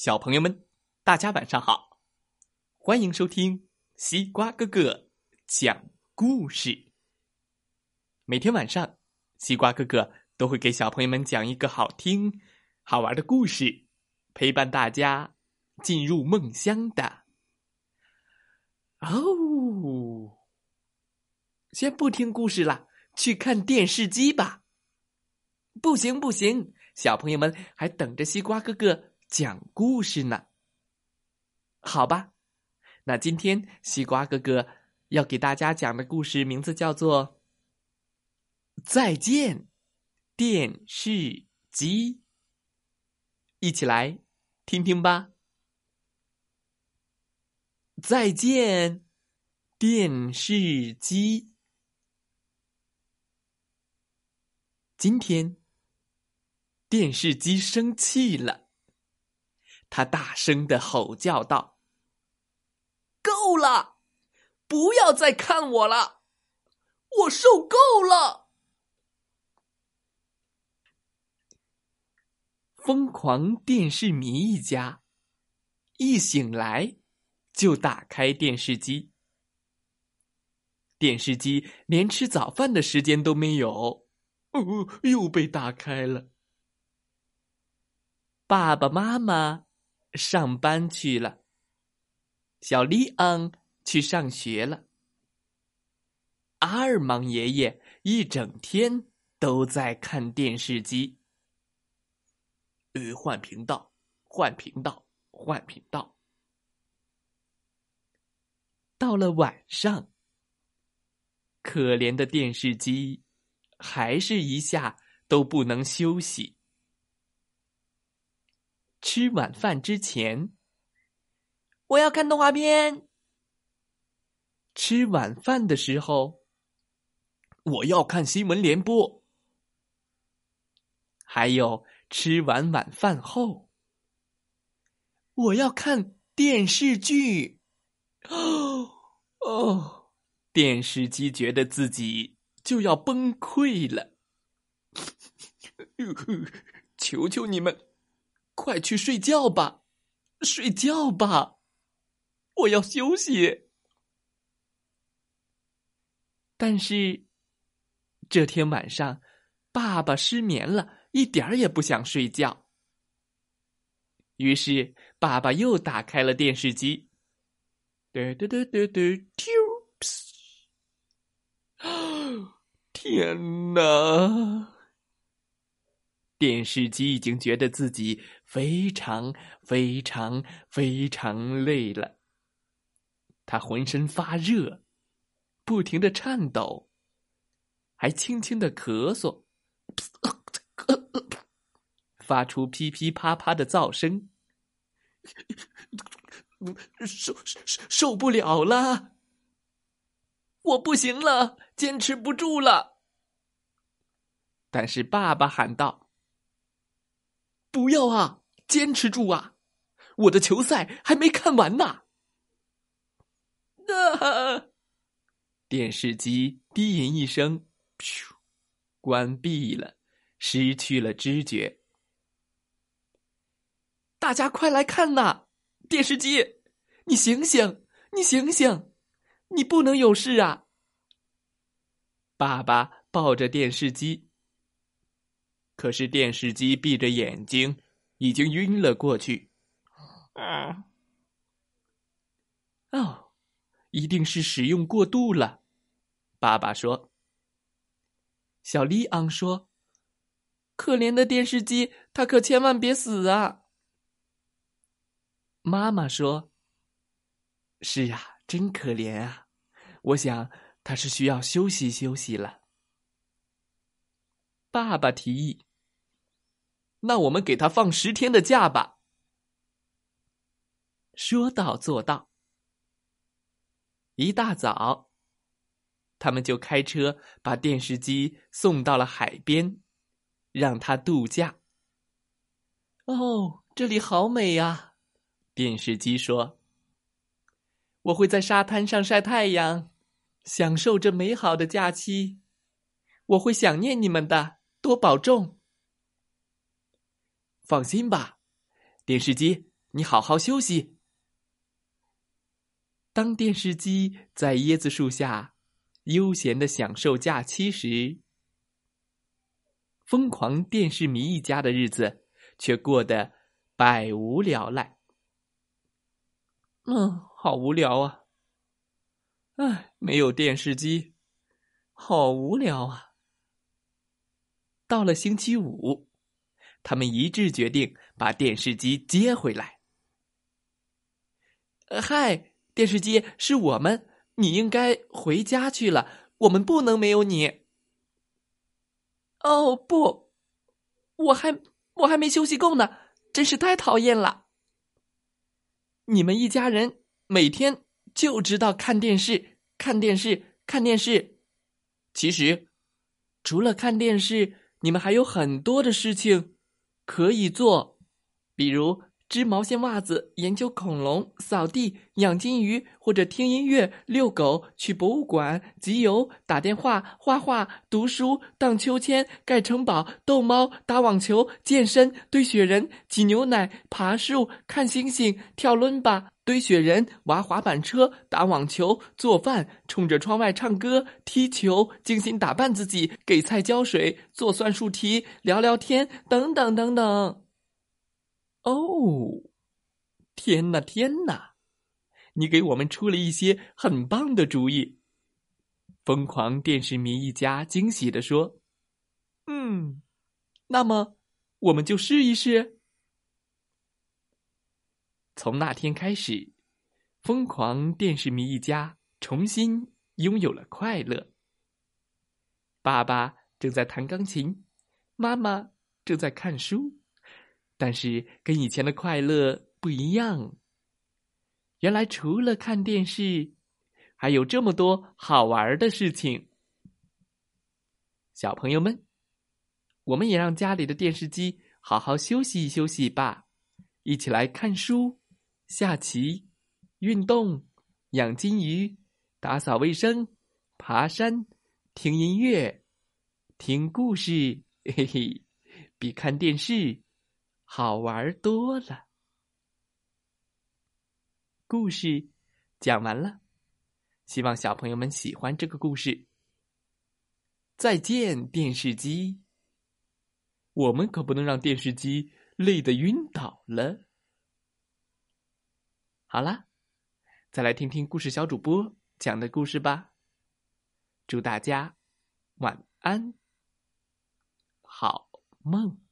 小朋友们，大家晚上好，欢迎收听西瓜哥哥讲故事。每天晚上，西瓜哥哥都会给小朋友们讲一个好听、好玩的故事，陪伴大家进入梦乡的。哦，先不听故事了，去看电视机吧。不行不行，小朋友们还等着西瓜哥哥讲故事呢。好吧，那今天西瓜哥哥要给大家讲的故事名字叫做《再见，电视机》。一起来听听吧。再见，电视机。今天电视机生气了，他大声地吼叫道：够了，不要再看我了，我受够了。疯狂电视迷一家一醒来就打开电视机，电视机连吃早饭的时间都没有，又被打开了。爸爸妈妈上班去了，小利昂去上学了，阿尔芒爷爷一整天都在看电视机。换频道，换频道，换频道。到了晚上，可怜的电视机还是一下都不能休息。吃晚饭之前，我要看动画片。吃晚饭的时候，我要看新闻联播。还有吃完晚饭后，我要看电视剧。电视机觉得自己就要崩溃了。求求你们，快去睡觉吧，睡觉吧，我要休息。但是这天晚上，爸爸失眠了，一点儿也不想睡觉。于是爸爸又打开了电视机。天哪！电视机已经觉得自己非常非常非常累了，他浑身发热，不停地颤抖，还轻轻地咳嗽，发出噼噼啪啪的噪声。受不了了，我不行了，坚持不住了。但是爸爸喊道：不要啊，坚持住啊，我的球赛还没看完呢。电视机低吟一声，关闭了，失去了知觉。大家快来看呐！电视机，你醒醒，你醒醒，你不能有事啊！爸爸抱着电视机，可是电视机闭着眼睛，已经晕了过去。一定是使用过度了，爸爸说。小利昂说：可怜的电视机，它可千万别死啊！妈妈说：是啊，真可怜啊，我想他是需要休息休息了。爸爸提议：那我们给他放10天的假吧。说到做到。一大早，他们就开车把电视机送到了海边，让它度假。这里好美呀，电视机说。我会在沙滩上晒太阳，享受这美好的假期。我会想念你们的，多保重。放心吧，电视机， 你好好休息。当电视机在椰子树下悠闲地享受假期时，疯狂电视迷一家的日子却过得百无聊赖。好无聊啊！没有电视机，好无聊啊！到了星期五，他们一致决定把电视机接回来。嗨，电视机是我们，你应该回家去了，我们不能没有你。哦不，我还没休息够呢，真是太讨厌了。你们一家人每天就知道看电视，看电视，看电视。其实，除了看电视，你们还有很多的事情可以做，比如织毛线袜子、研究恐龙、扫地、养金鱼，或者听音乐、遛狗、去博物馆、集邮、打电话、画画、读书、荡秋千、盖城堡、逗猫、打网球、健身、堆雪人、挤牛奶、爬树、看星星、跳伦巴、堆雪人、玩滑板车、打网球、做饭、冲着窗外唱歌、踢球、精心打扮自己、给菜浇水、做算术题、聊聊天，等等等等。哦，天哪，天哪！你给我们出了一些很棒的主意。疯狂电视迷一家惊喜地说：“那么我们就试一试。”从那天开始，疯狂电视迷一家重新拥有了快乐。爸爸正在弹钢琴，妈妈正在看书，但是跟以前的快乐不一样。原来除了看电视，还有这么多好玩的事情。小朋友们，我们也让家里的电视机好好休息休息吧，一起来看书、下棋、运动、养金鱼、打扫卫生、爬山、听音乐、听故事，嘿嘿，比看电视好玩多了。故事讲完了，希望小朋友们喜欢这个故事。再见，电视机！我们可不能让电视机累得晕倒了。好啦，再来听听故事小主播讲的故事吧。祝大家晚安，好梦。